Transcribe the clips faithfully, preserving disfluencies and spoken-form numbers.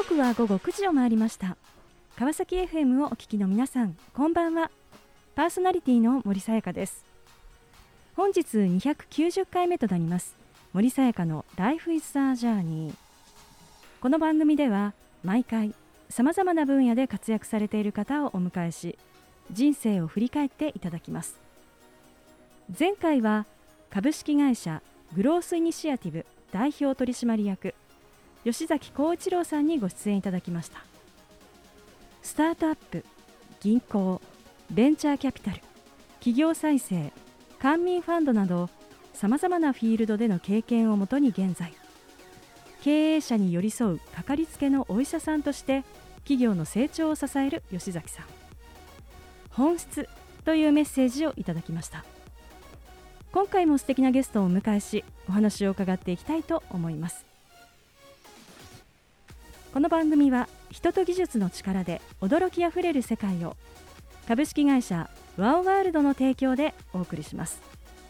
刻は午後くじを回りました。川崎 エフエム をお聞きの皆さん、こんばんは。パーソナリティの森さやかです。本日にひゃくきゅうじゅっかいめとなります森さやかの Life is a Journey。 この番組では毎回さまざまな分野で活躍されている方をお迎えし、人生を振り返っていただきます。前回は株式会社グロースイニシアティブ代表取締役吉崎浩一郎さんにご出演いただきました。スタートアップ、銀行、ベンチャーキャピタル、企業再生、官民ファンドなどさまざまなフィールドでの経験をもとに現在、経営者に寄り添うかかりつけのお医者さんとして企業の成長を支える吉崎さん。本質というメッセージをいただきました。今回も素敵なゲストをお迎えし、お話を伺っていきたいと思います。この番組は人と技術の力で驚きあふれる世界を、株式会社ワオワールドの提供でお送りします。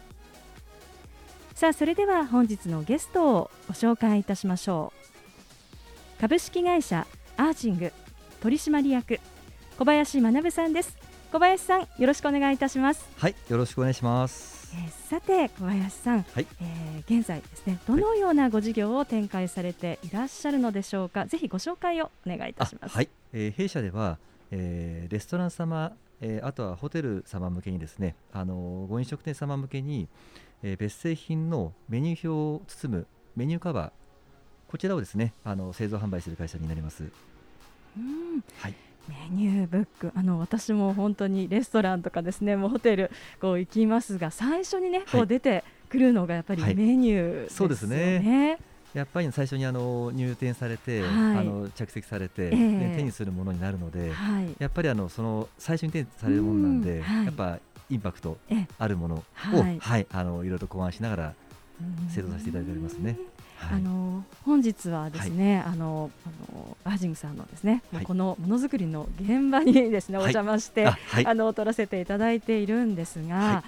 さあ、それでは本日のゲストをご紹介いたしましょう。株式会社アーチング取締役小林学さんです。小林さん、よろしくお願いいたします。 はい、よろしくお願いします。 えー、さて小林さん、はい、えー、現在ですね、どのようなご事業を展開されていらっしゃるのでしょうか。ぜひご紹介をお願いいたします。 はい、えー、弊社では、えー、レストラン様、えー、あとはホテル様向けにですね、あのー、ご飲食店様向けに、えー、別製品のメニュー表を包むメニューカバー、こちらをですね、あの製造販売する会社になります。 うん、 はい、 メニューブック、あの私も本当にレストランとかですね、もうホテルこう行きますが、最初にね、こう出てくるのがやっぱりメニューですよね。はい、そうですね。 やっぱり最初にあの入店されて、はい、あの着席されて、えー、手にするものになるので、はい、やっぱりあのその最初に手にされるものなんで、はい、やっぱインパクトあるものを、はいはい、あのいろいろと考案しながら製造させていただいておりますね。はい、 あの本日はですね、はい、あのあのアージングさんのですね、はい、このものづくりの現場にですね、はい、お邪魔して、あ、はい、あの撮らせていただいているんですが、はい、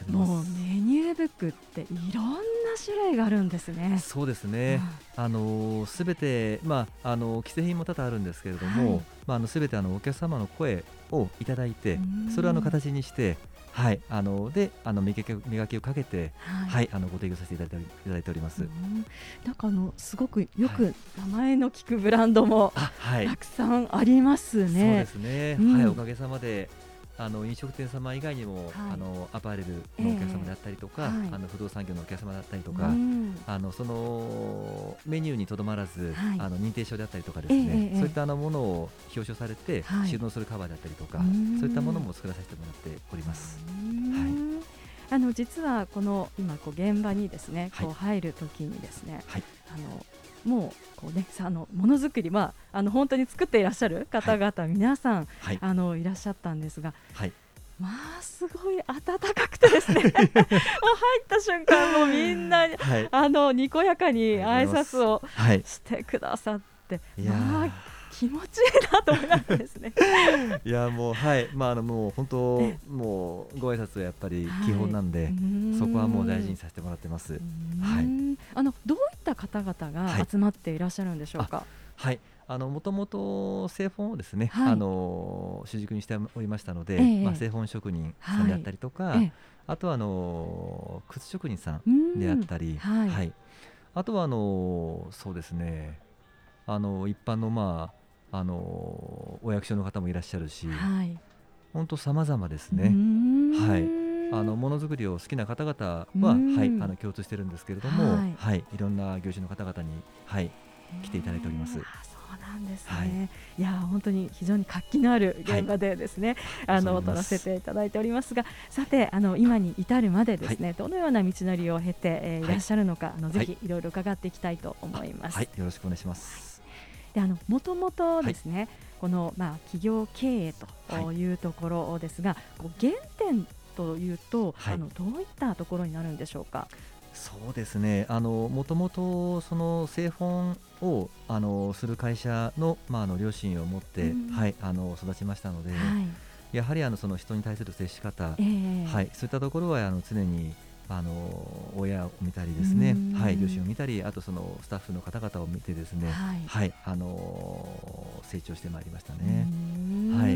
もうメニューブックっていろんな種類があるんですね。 そうですね、うん、あのすべて、まあ、あの既製品も多々あるんですけれども、はい、まあ、あのすべてあのお客様の声をいただいて、それをあの形にして、はい、あのであの磨き、磨きをかけて、はいはい、あのご提供させていただいて、いただいております。うん、 なんかあのすごくよく名前の聞くブランドもたくさんありますね。はい、そうですね、うん、はい、おかげさまであの飲食店様以外にも、はい、あのアパレルのお客様であったりとか、えーはい、あの不動産業のお客様だったりとか、うん、あのそのメニューにとどまらず、はい、あの認定証であったりとかですね、えー、そういったあのものを表彰されて、はい、収納するカバーであったりとか、そういったものも作らさせてもらっております。はい、 あの実はこの今こう現場にですね、こう入るときにですね、はい、あのもうこうね、あのものづくり、まあ、あの本当に作っていらっしゃる方々、はい、皆さん、はい、あのいらっしゃったんですが、はい、まあすごい温かくてですねもう入った瞬間もうみんな、はい、あのにこやかに挨拶をしてくださって、はい、まあ気持ちいいなと思いますですねいやもうはい、まあ、あのもう本当もうご挨拶はやっぱり基本なんで、はい、そこはもう大事にさせてもらってます。はい、 あのどういった方々が集まっていらっしゃるんでしょうか。 はい、あのもともと製本をですね、はい、あの主軸にしておりましたので、えーまあ、製本職人さんであったりとか、はい、あとはあの靴職人さんであったり、はいはい、あとはあのそうですね、あの一般のまああのお役所の方もいらっしゃるし、はい、本当様々ですね。はい、あのものづくりを好きな方々は、はい、あの共通してるんですけれども、はいはい、いろんな業種の方々に、はい、来ていただいております。 そうなんですね。はい、いや本当に非常に活気のある現場でですね、はい、あの撮らせていただいておりますが、さてあの今に至るまでですね、はい、どのような道のりを経て、えー、いらっしゃるのか、はい、あのぜひいろいろ伺っていきたいと思います。 はい、よろしくお願いします。 であのもともとですね、はい、この、まあ、企業経営というところですが、はい、こう原点というと、はい、あのどういったところになるんでしょうか。 そうですね、あのもともとその製本をあのする会社の、まあ、あの両親を持って、うん、はい、あの育ちましたので、はい、やはりあのその人に対する接し方、えーはい、そういったところはあの常にあの親を見たりですね、はい、両親を見たり、あとそのスタッフの方々を見てですね、はい、はい、あの成長してまいりましたね。はい、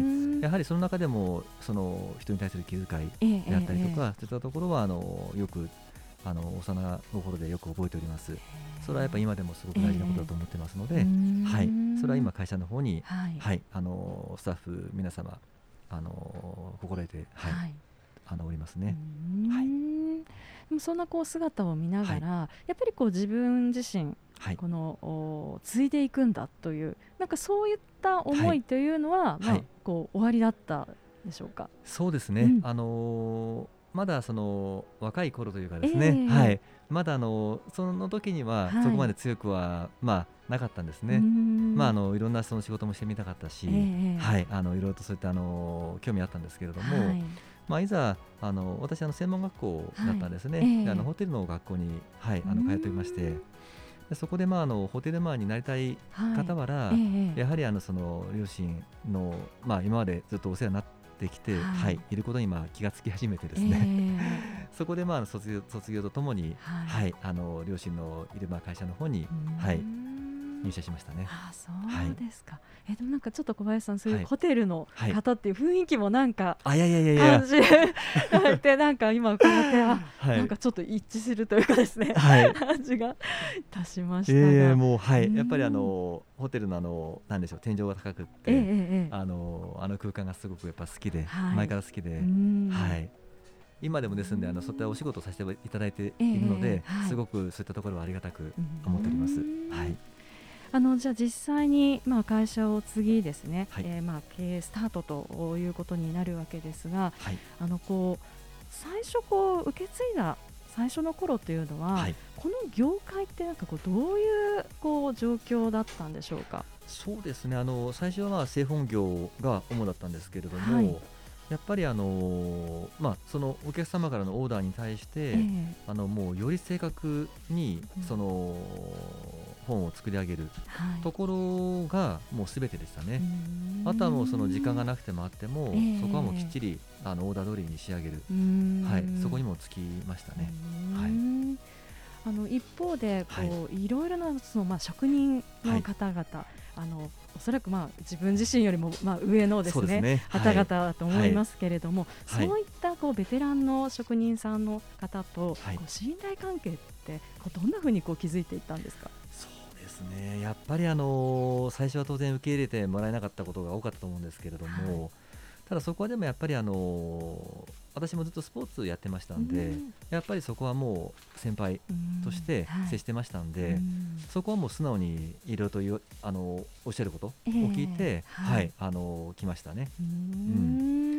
やはりその中でもその人に対する気遣いであったりとか、ええええ、そういったところはあのよくあの幼心でよく覚えております。それはやっぱり今でもすごく大事なことだと思ってますので、えー、はい、それは今会社の方に、はいはい、あのスタッフ皆様あの心得て、はいはい、あのおりますね。はい、 でもそんなこう姿を見ながら、はい、やっぱりこう自分自身、はい、この継いでいくんだというなんかそういった思いというのは、はいまあ、こう終わりだったでしょうか。 そうですね、うん、あのーまだその若い頃というかですね、えーはい、まだあのその時にはそこまで強くは、まあ、なかったんですね。まあ、あのいろんなその仕事もしてみたかったし、えーはい、あのいろいろとそういったあの興味あったんですけれども、はいまあ、いざあの私あの専門学校だったんですね、はいえー、であのホテルの学校に、はい、あの通っておりまして、でそこで、まあ、あのホテルマンになりたい傍ら、はいえー、やはりあのその両親の、まあ、今までずっとお世話になってできて、はいはい、いることにまあ気がつき始めてですね、えー、そこでまあ卒業、卒業とともに、はいはい、あの両親のいるまあ会社の方に、はい、入社しましたね。 あそうですか、はい、えでもなんかちょっと小林さんそういうホテルの方っていう雰囲気もなんか感じてなんか今伺ってあ、はい、なんかちょっと一致するというかですね、はい、感じがいたしましたが、 えー、もうはいやっぱりあのホテルのあのなんでしょう天井が高くって、えーえー、あのあの空間がすごくやっぱ好きで、はい、前から好きで、はい、今でもですんであのそういったお仕事をさせていただいているので、えーはい、すごくそういったところはありがたく思っております。はい。 あのじゃあ実際にまあ会社を継ぎですね、はいえー、まあ経営スタートということになるわけですが、はい、あのこう最初こう受け継いだ最初の頃というのは、はい、この業界ってなんかこうどういうこう状況だったんでしょうか。 そうですね、あの最初はまあ製本業が主だったんですけれども、はい、やっぱりあの、まあ、そのお客様からのオーダーに対して、えー、あのもうより正確にその、うん本を作り上げるところがもうすべてでしたね、はい、あとはもうその時間がなくてもあっても、えー、そこはもうきっちりあのオーダー通りに仕上げる、はい、そこにもつきましたね。はい、 あの一方でこう、はい、いろいろなその、まあ、職人の方々、はい、あのおそらくまあ自分自身よりもまあ上のですね、ね方々だと思いますけれども、はい、そういったこうベテランの職人さんの方と、はい、こう信頼関係ってこうどんなふうにこう築いていったんですか。 そうですね、やっぱりあの最初は当然受け入れてもらえなかったことが多かったと思うんですけれども、はい、ただそこはでもやっぱりあの私もずっとスポーツやってましたんで、うん、やっぱりそこはもう先輩として接してましたんで、うんはい、そこはもう素直にいろいろとよあのおっしゃることを聞いて、えー、はい、はい、あの来ましたね。うん、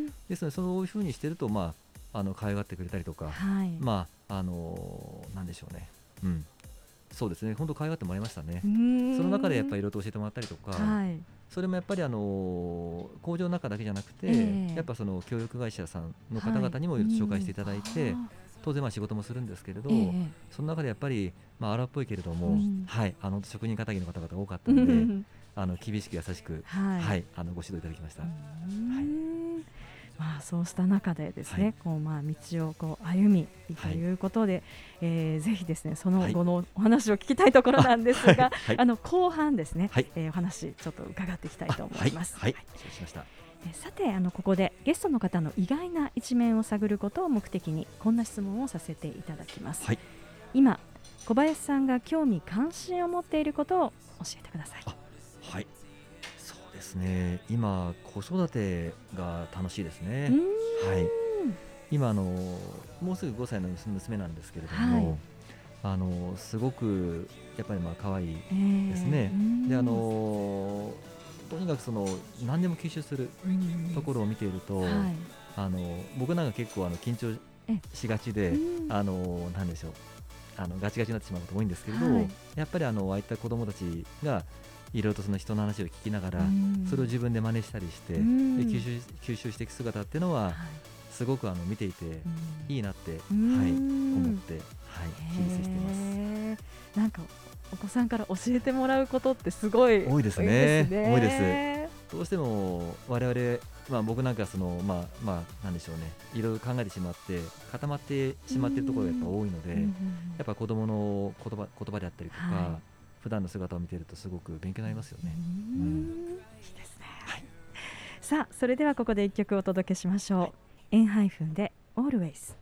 ですのでそういうふうにしてると、まあ、あの可愛がってくれたりとか、はい、まああのなんでしょうね、うん、そうですね、本当可愛がってもらいましたね。その中でやっぱりいろいろと教えてもらったりとか、はい、それもやっぱりあの工場の中だけじゃなくて、えー、やっぱその協力会社さんの方々にもいろいろと紹介していただいて、はい、当然まあ仕事もするんですけれど、えー、その中でやっぱりまあ荒っぽいけれども、はい、あの職人気質の方々が多かったのであの厳しく優しく、はいはい、あのご指導いただきました。はい、 まあ、そうした中でですね、はい、こうまあ道をこう歩みということで、はいえー、ぜひですねその後のお話を聞きたいところなんですが、はいあはい、あの後半ですね、はいえー、お話ちょっと伺っていきたいと思います。 はい、はい、失礼しました。 さてあのここでゲストの方の意外な一面を探ることを目的にこんな質問をさせていただきます。はい、今小林さんが興味関心を持っていることを教えてください。 はい、そうですね、今子育てが楽しいですね。はい、今あのもうすぐごさいの娘なんですけれども、はい、あのすごくやっぱりまあ可愛いですね。えー、であのとにかくその何でも吸収するところを見ていると、はい、あの僕なんか結構あの緊張しがちで、あのなんでしょうあのガチガチになってしまうこと多いんですけれど、はい、やっぱりあのああいった子どもたちがいろいろとその人の話を聞きながらそれを自分で真似したりしてで吸収、吸収していく姿っていうのは、はい、すごくあの見ていていいなって、はい、思って、はい、日々接しています。 なんかお子さんから教えてもらうことってすごい多いですね。多いです。どうしても我々 まあ、僕なんかその、まあまあ、なんでしょうね、いろいろ考えてしまって固まってしまっているところがやっぱ多いので、やっぱ子どもの言葉、言葉であったりとか、はい、普段の姿を見ているとすごく勉強になりますよね。 うん、うん、いいですね、はい、さあそれではここでいっきょくお届けしましょう、はい、エンハイフンで Always。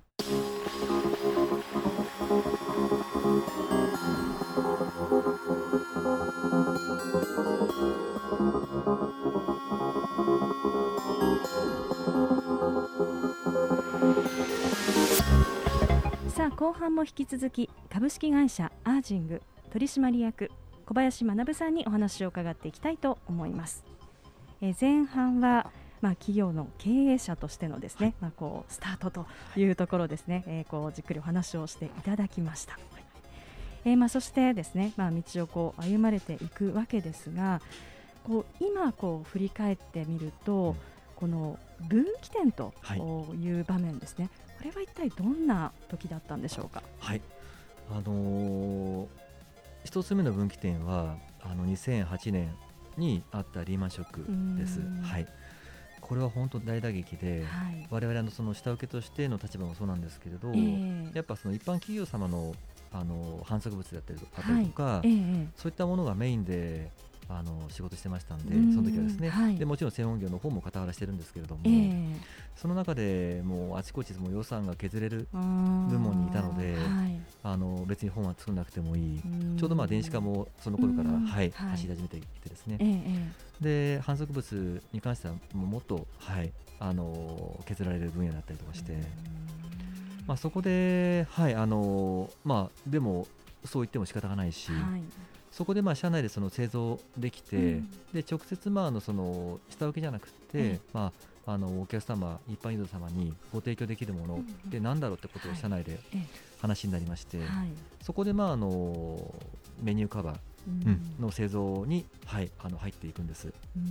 さあ後半も引き続き株式会社アージング取締役小林学さんにお話を伺っていきたいと思います。え前半は、まあ、企業の経営者としてのですね、はい、まあ、こうスタートというところですね、えー、こうじっくりお話をしていただきました。はい、えーまあ、そしてですね、まあ、道をこう歩まれていくわけですが、こう今こう振り返ってみると、うん、この分岐点という場面ですね、はい、これは一体どんな時だったんでしょうか。 はい、あのー、一つ目の分岐点はあのにせんはちねんにあったリーマンショックです。はい、これは本当大打撃で、はい、我々のその下請けとしての立場もそうなんですけれど、えー、やっぱその一般企業様のあの販促物だったりとか、はい、えー、そういったものがメインであの仕事してましたんで、その時はですね、はい、でもちろん専門業の方も傍らしてるんですけれども、えー、その中でもうあちこちもう予算が削れる部門にいたので、はい、あの別に本は作らなくてもいい、ちょうどまあ電子化もその頃から、はい、走り始めていてですね、えー、で販促物に関してはもうもっと、はい、あの削られる分野だったりとかして、まあ、そこで、はい、あのまあ、でもそう言っても仕方がないし、はい、そこでまあ社内でその製造できて、うん、で直接まああのその下請けじゃなくて、うん、まあ、あのお客様一般ユーザー様にご提供できるものって何だろうってことを社内で話になりまして、はい、そこでまああのメニューカバーの製造に、はい、あの入っていくんです。うん、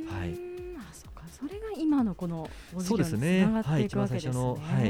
はい、 あ、そうか、それが今のこのお事業につながっていくわけですね。そうですね、はい、一番最初の、はい、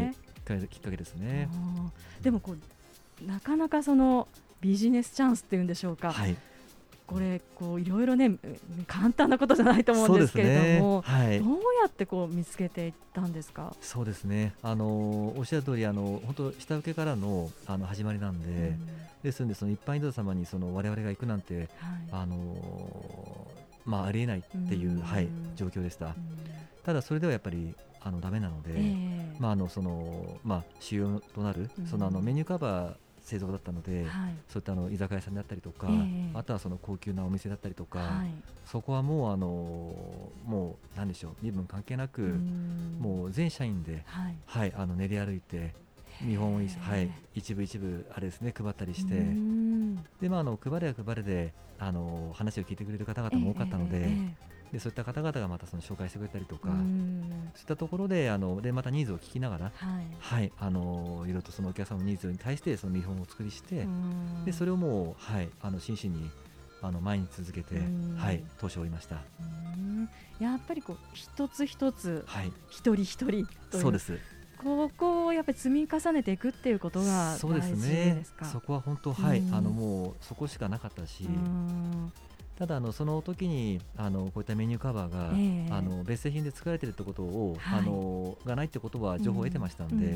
きっかけですね。でもこうなかなかそのビジネスチャンスっていうんでしょうか、はい、これこういろいろね簡単なことじゃないと思うんですけれども、ね、はい、どうやってこう見つけていったんですか。 そうですね、あのおっしゃる通り、あの本当下請けからのあの始まりなんで、うん、ですのでその一般ユーザー様にその我々が行くなんて、はい、あのまあ、ありえないっていう、うん、はい、状況でした。うん、ただそれではやっぱりあのダメなので、えーまああのそのまあ、主要となる、うん、そのあのメニューカバー製造だったので、はい、そういったあの居酒屋さんだったりとか、えー、あとはその高級なお店だったりとか、はい、そこはもうあのもう何でしょう、身分関係なくもう全社員で、はいはい、あの練り歩いて見本を、はい、一部一部あれですね配ったりして、で、まあ、あの配れや配れであの話を聞いてくれる方々も多かったので、えーえーでそういった方々がまたその紹介してくれたりとか、そういったところであのでまたニーズを聞きながら、はいはい、あのいろいろとそのお客様のニーズに対してその見本をお作りして、でそれをもう、はい、あの真摯にあの前に続けて、はい、通しておりました。 うんやっぱりこう一つ一つ、はい、一人一人という、 そうです、 ここをやっぱり積み重ねていくっていうことが大事ですか。そうですね、 そこは本当、はい、あのもうそこしかなかったし、ただあのその時にあのこういったメニューカバーが、えー、あの別製品で作られているということを、はい、あのがないということは情報を得てましたので、うん、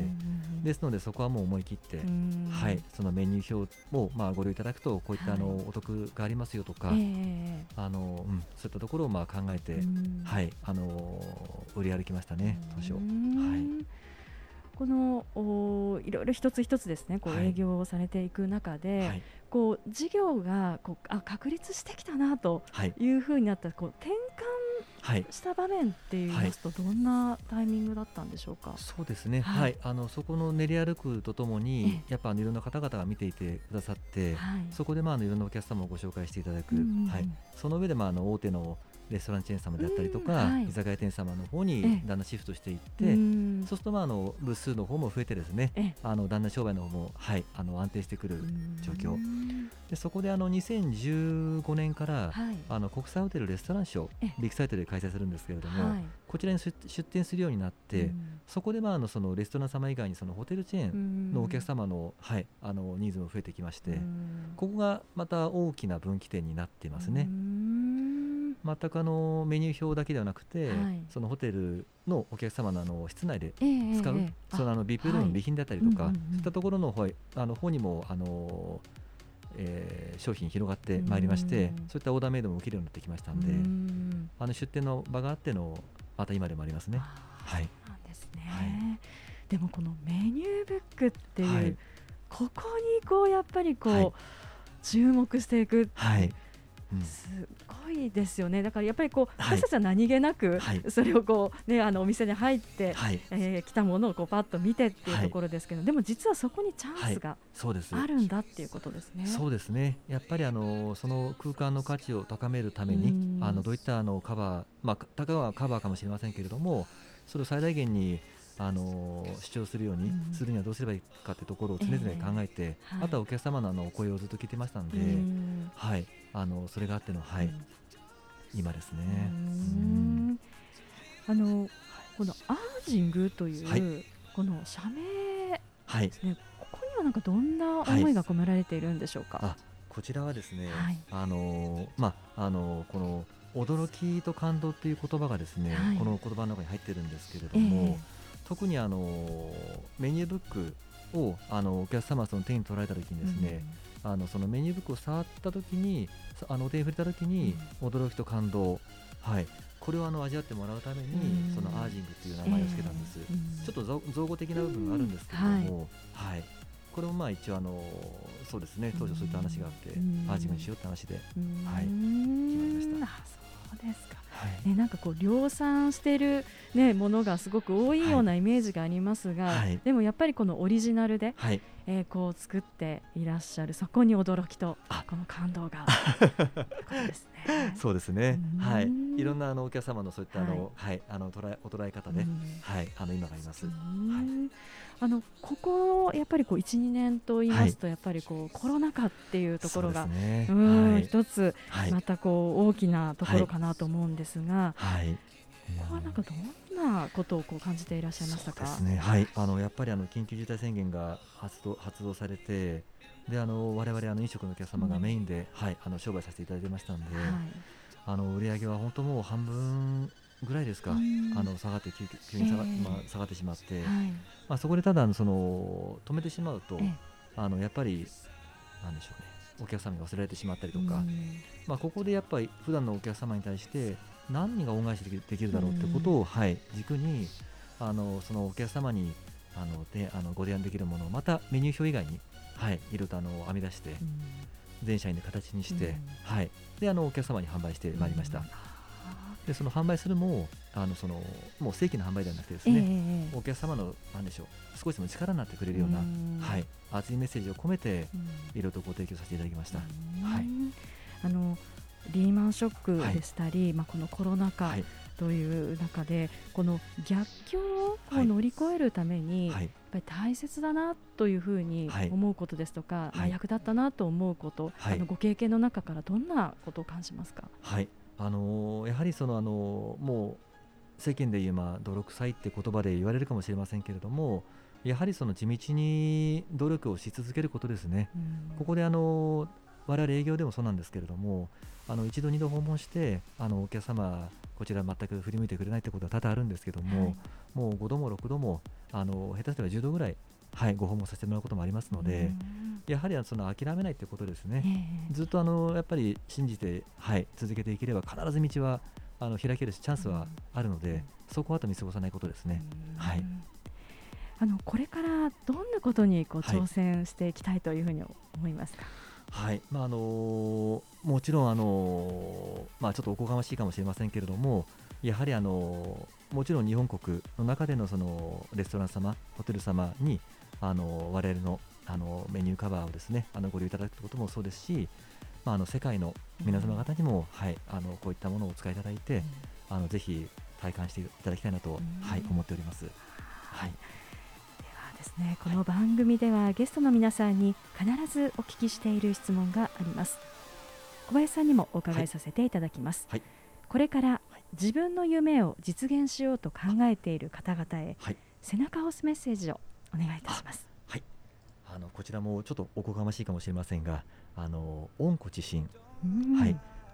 ですのでそこはもう思い切って、はい、そのメニュー表をまあご利用いただくとこういったあのお得がありますよとか、はい、あのうん、そういったところをまあ考えて、はい、あの売り歩きましたね当初。はい、 このおいろいろ一つ一つですね、こう営業をされていく中で、はい、こう事業がこうあ確立してきたなというふうになった、こう転換した場面っていいますと、どんなタイミングだったんでしょうか。 そうですね、はいはい、あのそこの練り歩くとともにやっぱあのいろんな方々が見ていてくださって、はい、そこでまああのいろんなお客様をご紹介していただく、はい、その上でまああの大手のレストランチェーン様であったりとか、はい、居酒屋店様の方にだんだんシフトしていって、そうするとまああの部数の方も増えてですね、あのだんだん商売の方も、はい、あの安定してくる状況で、そこであのにせんじゅうごねんから、はい、あの国際ホテルレストランショービッグサイトで開催するんですけれども、はい、こちらに出店するようになって、そこでまああのそのレストラン様以外にそのホテルチェーンのお客様の、はい、あのニーズも増えてきまして、ここがまた大きな分岐点になっていますね。 全くあのメニュー表だけではなくて、はい、そのホテルのお客様のあの室内で使う、えーえー、そのあの ブイアイピー ルームの備品だったりとか、はい、そういったところの方、あの方にもあの、えー、商品広がってまいりまして、そういったオーダーメイドも受けるようになってきましたので、んあの出店の場があってのまた今でもありますね。はい、 そうなんですね、はい、でもこのメニューブックっていう、はい、ここにこうやっぱりこう、はい、注目していく、はいうん、すごいですよね。だからやっぱりこう、はい、私たちは何気なく、はい、それをこう、ね、あのお店に入って、はいえー、来たものをこうパッと見てっていうところですけど、はい、でも実はそこにチャンスがあるんだっていうことですね。 そうですね。やっぱりあのその空間の価値を高めるためにあのどういったあのカバー、まあ、たかがカバーかもしれませんけれども、それを最大限にあの主張するようにするにはどうすればいいかというところを常々考えて、えーはい、あとはお客様のあの声をずっと聞いてましたので、はい、あのそれがあっての、はい、今ですね。うんあのこのアージングという、はい、この社名ですね、はい、ここにはなんかどんな思いが込められているんでしょうか。 はい、あこちらはですね、はい、あのまああのこの驚きと感動という言葉がですね、はい、この言葉の中に入っているんですけれども、えー、特にあのメニューブックをあのお客様がその手に取られたときにですね、うん、あのそのメニューブックを触ったときに、あのお手に触れたときに驚きと感動、うんはい、これをあの味わってもらうために、そのアージングという名前を付けたんです、えー、ちょっと造語的な部分があるんですけれども、はいはい、これもまあ一応あのそうですね、当初そういった話があってアージングにしようって話で、はい、決まりました。 そうですか、はいね、なんかこう量産している、ね、ものがすごく多いようなイメージがありますが、はい、でもやっぱりこのオリジナルで、はいえー、こう作っていらっしゃる、そこに驚きとこの感動がですね。 そうですね、はい、いろんなあのお客様のそういったあの、はいはい、あの捉えお捉え方で、はい、あの今がいます。はい、 あのここやっぱりこう いちにねんと言いますと、やっぱりこうコロナ禍っていうところが、ねうんはい、一つまたこう大きなところかなと思うんですが、はいはい、ここはなんかどんなことをこう感じていらっしゃいましたか。 そうですね、はい、あのやっぱりあの緊急事態宣言が発動発動されて、であの我々あの飲食のお客様がメインで、うんはい、あの商売させていただいてましたので、はい、あの売り上げは本当もう半分ぐらいですか、うん、あの下がって急急に下が、えーまあ、下がってしまって、はいまあ、そこでただその止めてしまうと、えー、あのやっぱりなんでしょうね、お客様に忘れられてしまったりとか、うんまあ、ここでやっぱり普段のお客様に対して何が恩返しできる、できるだろうってことを、うんはい、軸にあのそのお客様にあのであのご提案できるものをまたメニュー表以外に、はい、いろいろとあの編み出して、うん、全社員で形にして、うんはい、であのお客様に販売してまいりました。うんでその販売するもあのそのもう正規の販売ではなくてですね、えー、お客様のなんでしょう少しでも力になってくれるような、はい、熱いメッセージを込めていろいろとご提供させていただきました。はい、 あのリーマンショックでしたり、はいまあ、このコロナ禍という中で、はい、この逆境を乗り越えるために、はい、やっぱり大切だなというふうに思うことですとか、はいまあ、役立ったなと思うこと、はい、あのご経験の中からどんなことを感じますか。 はいあのー、やはりその、あのー、もう世間で言うまあ泥臭いって言葉で言われるかもしれませんけれども、やはりその地道に努力をし続けることですね。ここであのー、我々営業でもそうなんですけれども、あの一度二度訪問してあのお客様こちら全く振り向いてくれないってことは多々あるんですけども、はい、もうごどもろくどもあの下手すればじゅうどぐらい、はい、ご訪問させてもらうこともありますので、やはりその諦めないということですね、えー、ずっとあのやっぱり信じて、はい、続けていければ必ず道はあの開けるしチャンスはあるので、うん、そこはあと見過ごさないことですね。はい、 あのこれからどんなことにこう挑戦していきたいというふうに思いますか。 はいまああのー、もちろん、あのーまあ、ちょっとおこがましいかもしれませんけれども、やはり、あのー、もちろん日本国の中での、そのレストラン様ホテル様に、あのー、我々の、あのー、メニューカバーをですねあのご利用いただくこともそうですし、まあ、あの世界の皆様方にも、うんはい、あのこういったものをお使いいただいて、うん、あのぜひ体感していただきたいなと、うんはい、思っております。はいですね、この番組ではゲストの皆さんに必ずお聞きしている質問があります。小林さんにもお伺いさせていただきます、はい、これから自分の夢を実現しようと考えている方々へ、はい、背中を押すメッセージをお願いいたします。 はい、あのこちらもちょっとおこがましいかもしれませんが、あの温故知新、はい、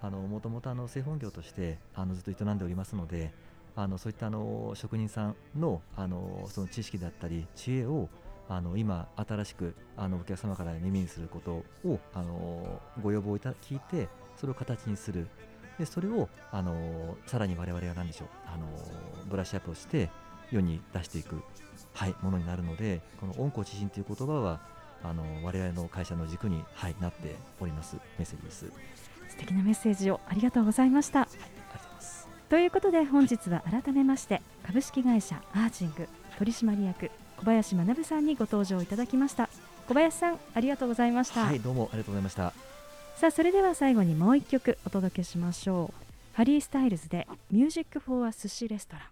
あのもともとあの製本業としてあのずっと営んでおりますので、あのそういったあの職人さん の, あのその知識だったり知恵をあの今新しくあのお客様から耳にすることをあのご要望いた聞いて、それを形にする。でそれをあのさらに我々は何でしょう、あのブラッシュアップをして世に出していく、はい、ものになるので、この温故知新という言葉はあの我々の会社の軸に、はい、なっておりますメッセージです。 素敵なメッセージをありがとうございました。 はい、ありがとうございます。 ということで本日は改めまして株式会社アーチング取締役小林学さんにご登場いただきました。小林さん、ありがとうございました。 はい、どうもありがとうございました。 さあ、それでは最後にもう一曲お届けしましょう。ハリー・スタイルズでミュージック・フォー・ア・寿司レストラン。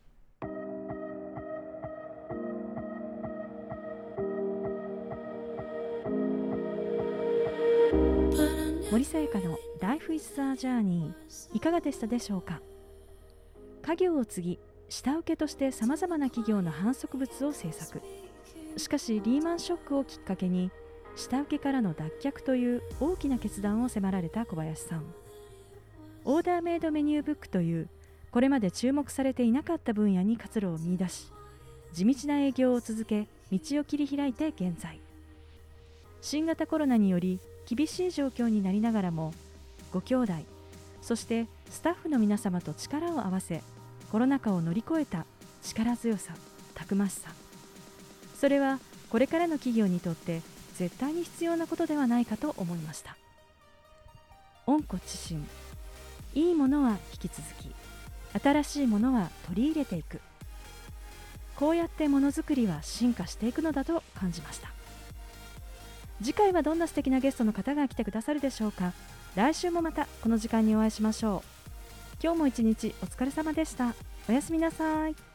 森さやかの Life is a Journey いかがでしたでしょうか。家業を継ぎ下請けとしてさまざまな企業の販促物を制作。しかしリーマンショックをきっかけに下請けからの脱却という大きな決断を迫られた小林さん。オーダーメイドメニューブックというこれまで注目されていなかった分野に活路を見出し、地道な営業を続け道を切り開いて現在。新型コロナにより厳しい状況になりながらも、ご兄弟そしてスタッフの皆様と力を合わせコロナ禍を乗り越えた力強さ、たくましさ、それはこれからの企業にとって絶対に必要なことではないかと思いました。温故知新、いいものは引き続き、新しいものは取り入れていく、こうやってものづくりは進化していくのだと感じました。次回はどんな素敵なゲストの方が来てくださるでしょうか。来週もまたこの時間にお会いしましょう。今日も一日お疲れ様でした。おやすみなさい。